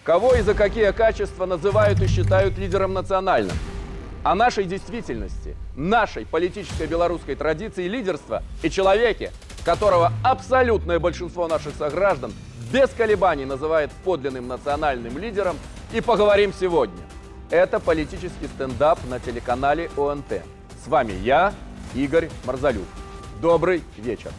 Кого и за какие качества называют и считают лидером национальным? О нашей действительности, нашей политической белорусской традиции лидерства и человеке, которого абсолютное большинство наших сограждан без колебаний называет подлинным национальным лидером, и поговорим сегодня. Это политический стендап на телеканале ОНТ. С вами я, Игорь Марзалюк. Добрый вечер.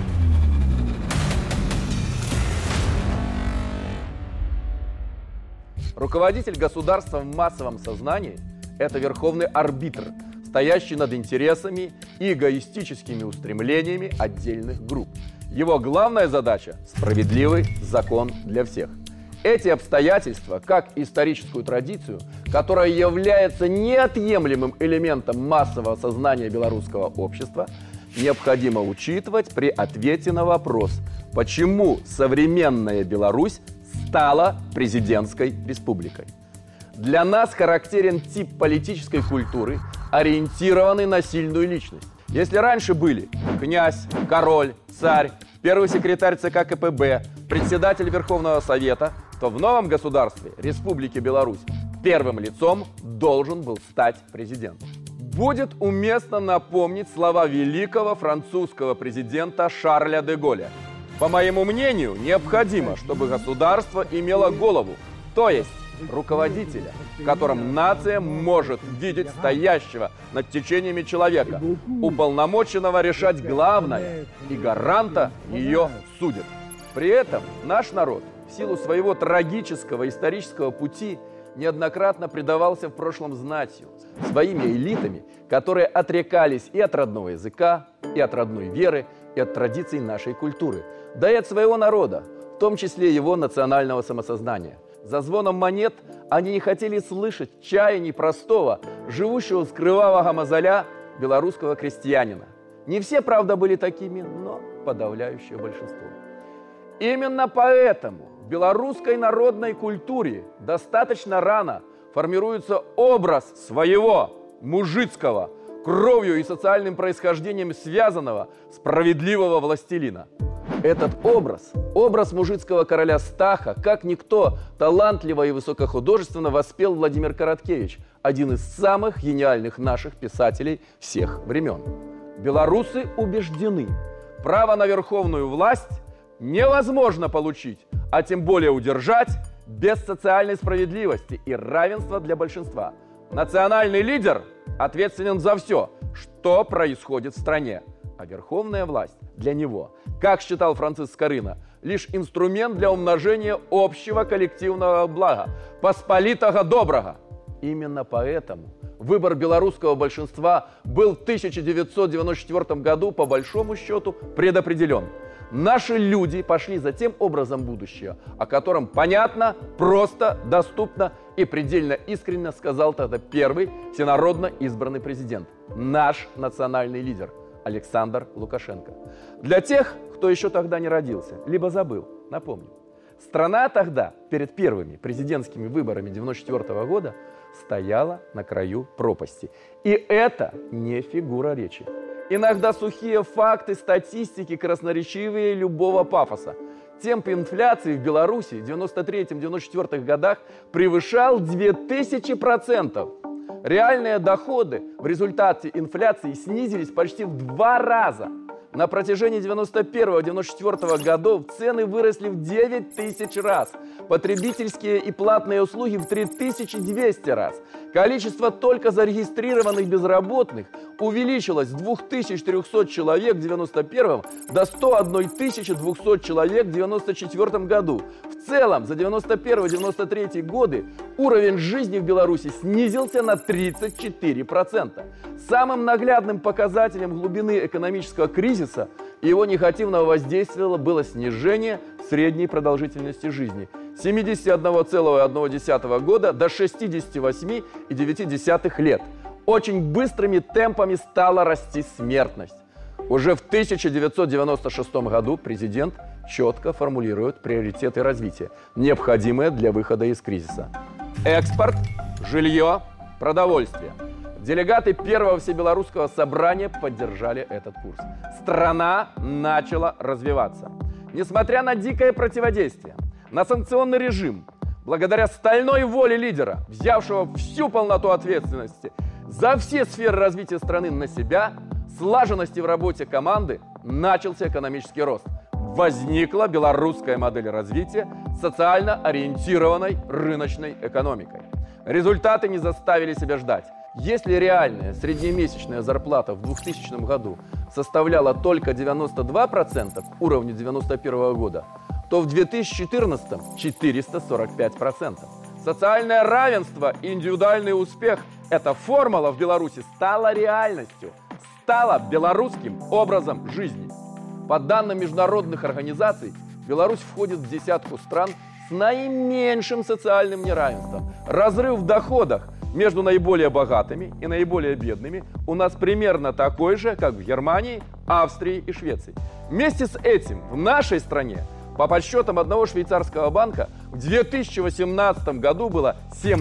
Руководитель государства в массовом сознании – это верховный арбитр, стоящий над интересами и эгоистическими устремлениями отдельных групп. Его главная задача – справедливый закон для всех. Эти обстоятельства, как историческую традицию, которая является неотъемлемым элементом массового сознания белорусского общества, необходимо учитывать при ответе на вопрос, почему современная Беларусь стала президентской республикой. Для нас характерен тип политической культуры, ориентированный на сильную личность. Если раньше были князь, король, царь, первый секретарь ЦК КПБ, председатель Верховного Совета, то в новом государстве, Республике Беларусь, первым лицом должен был стать президент. Будет уместно напомнить слова великого французского президента Шарля де Голля. По моему мнению, необходимо, чтобы государство имело голову, то есть руководителя, в котором нация может видеть стоящего над течениями человека, уполномоченного решать главное, и гаранта ее судеб. При этом наш народ, в силу своего трагического исторического пути, неоднократно предавался в прошлом знатью, своими элитами, которые отрекались и от родного языка, и от родной веры, и от традиций нашей культуры, да и от своего народа, в том числе его национального самосознания. За звоном монет они не хотели слышать чаяний простого, живущего с кровавого мозоля белорусского крестьянина. Не все, правда, были такими, но подавляющее большинство. Именно поэтому в белорусской народной культуре достаточно рано формируется образ своего мужицкого, кровью и социальным происхождением связанного справедливого властелина. Этот образ мужицкого короля Стаха, как никто, талантливо и высокохудожественно воспел Владимир Короткевич, один из самых гениальных наших писателей всех времен. Белорусы убеждены, право на верховную власть невозможно получить, а тем более удержать без социальной справедливости и равенства для большинства. Национальный лидер ответственен за все, что происходит в стране, а верховная власть для него, как считал Франциск Скорина, лишь инструмент для умножения общего коллективного блага, посполитого доброго. Именно поэтому выбор белорусского большинства был в 1994 году по большому счету предопределен. Наши люди пошли за тем образом будущего, о котором понятно, просто, доступно и предельно искренне сказал тогда первый всенародно избранный президент, наш национальный лидер Александр Лукашенко. Для тех, кто еще тогда не родился, либо забыл, напомню. Страна тогда, перед первыми президентскими выборами 1994 года, стояла на краю пропасти. И это не фигура речи. Иногда сухие факты, статистики, красноречивые любого пафоса. Темп инфляции в Беларуси в 1993-1994 годах превышал 2000%. Реальные доходы в результате инфляции снизились почти в 2 раза. На протяжении 1991-1994 годов цены выросли в 9000 раз. Потребительские и платные услуги в 3200 раз. Количество только зарегистрированных безработных увеличилось с 2300 человек в 1991 до 101 200 человек в 1994 году. В целом, за 1991-1993 годы уровень жизни в Беларуси снизился на 34%. Самым наглядным показателем глубины экономического кризиса и его негативного воздействия было снижение средней продолжительности жизни с 71,1 года до 68,9 лет. Очень быстрыми темпами стала расти смертность. Уже в 1996 году президент четко формулирует приоритеты развития, необходимые для выхода из кризиса. Экспорт, жилье, продовольствие. Делегаты Первого Всебелорусского собрания поддержали этот курс. Страна начала развиваться. Несмотря на дикое противодействие, на санкционный режим, благодаря стальной воле лидера, взявшего всю полноту ответственности за все сферы развития страны на себя, слаженности в работе команды, начался экономический рост. Возникла белорусская модель развития социально ориентированной рыночной экономикой. Результаты не заставили себя ждать. Если реальная среднемесячная зарплата в 2000 году составляла только 92% уровня 1991 года, то в 2014 – 445%. Социальное равенство и индивидуальный успех – эта формула в Беларуси стала реальностью, стала белорусским образом жизни. По данным международных организаций, Беларусь входит в десятку стран с наименьшим социальным неравенством. Разрыв в доходах между наиболее богатыми и наиболее бедными у нас примерно такой же, как в Германии, Австрии и Швеции. Вместе с этим в нашей стране, по подсчетам одного швейцарского банка, в 2018 году было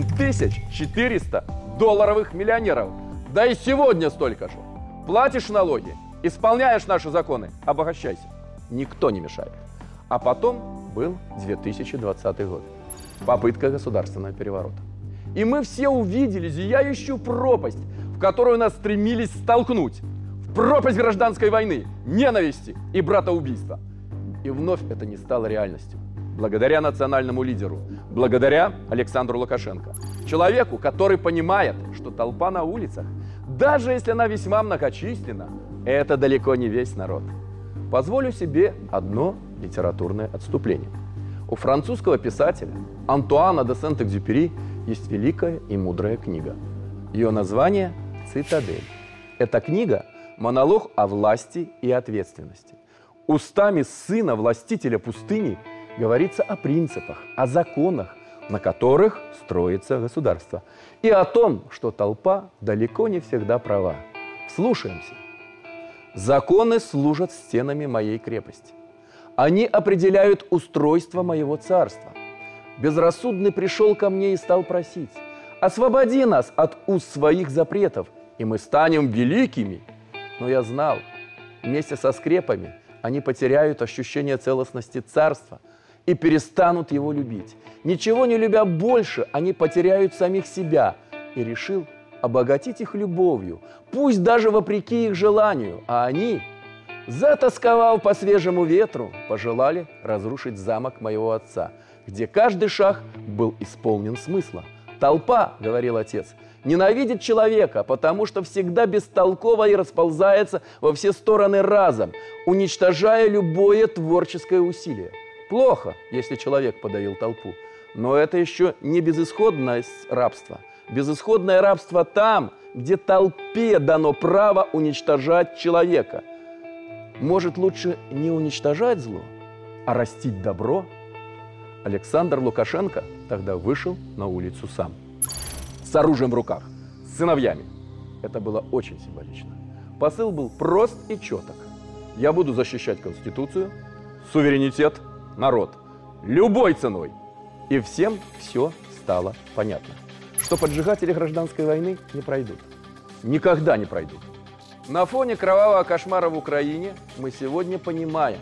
7400 долларовых миллионеров. Да и сегодня столько же. Платишь налоги, исполняешь наши законы, обогащайся. Никто не мешает. А потом был 2020 год. Попытка государственного переворота. И мы все увидели зияющую пропасть, в которую нас стремились столкнуть. В пропасть гражданской войны, ненависти и братоубийства. И вновь это не стало реальностью. Благодаря национальному лидеру, благодаря Александру Лукашенко. Человеку, который понимает, что толпа на улицах, даже если она весьма многочисленна, это далеко не весь народ. Позволю себе одно литературное отступление. У французского писателя Антуана де Сент-Экзюпери есть великая и мудрая книга. Ее название «Цитадель». Эта книга – монолог о власти и ответственности. Устами сына властителя пустыни говорится о принципах, о законах, на которых строится государство, и о том, что толпа далеко не всегда права. Вслушаемся. «Законы служат стенами моей крепости. Они определяют устройство моего царства. Безрассудный пришел ко мне и стал просить: освободи нас от уз своих запретов, и мы станем великими. Но я знал, вместе со скрепами они потеряют ощущение целостности царства и перестанут его любить. Ничего не любя больше, они потеряют самих себя. И решил обогатить их любовью, пусть даже вопреки их желанию. А они, затасковав по свежему ветру, пожелали разрушить замок моего отца, где каждый шаг был исполнен смысла. Толпа, говорил отец, ненавидит человека, потому что всегда бестолково и расползается во все стороны разом, уничтожая любое творческое усилие. Плохо, если человек подавил толпу, но это еще не безысходное рабство. Безысходное рабство там, где толпе дано право уничтожать человека. Может, лучше не уничтожать зло, а растить добро? Александр Лукашенко тогда вышел на улицу сам. С оружием в руках, с сыновьями. Это было очень символично. Посыл был прост и четок. Я буду защищать Конституцию, суверенитет, народ. Любой ценой. И всем все стало понятно. Что поджигатели гражданской войны не пройдут. Никогда не пройдут. На фоне кровавого кошмара в Украине мы сегодня понимаем,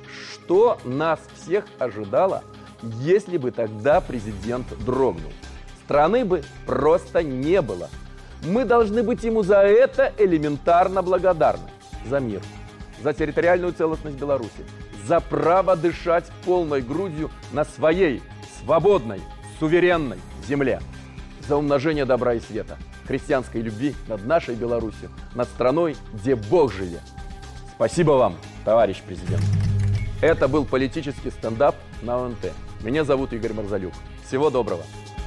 что нас всех ожидало, если бы тогда президент дрогнул. Страны бы просто не было. Мы должны быть ему за это элементарно благодарны. За мир, за территориальную целостность Беларуси, за право дышать полной грудью на своей свободной, суверенной земле, за умножение добра и света, христианской любви над нашей Беларусью, над страной, где Бог живет. Спасибо вам, товарищ президент. Это был политический стендап на ОНТ. Меня зовут Игорь Марзалюк. Всего доброго.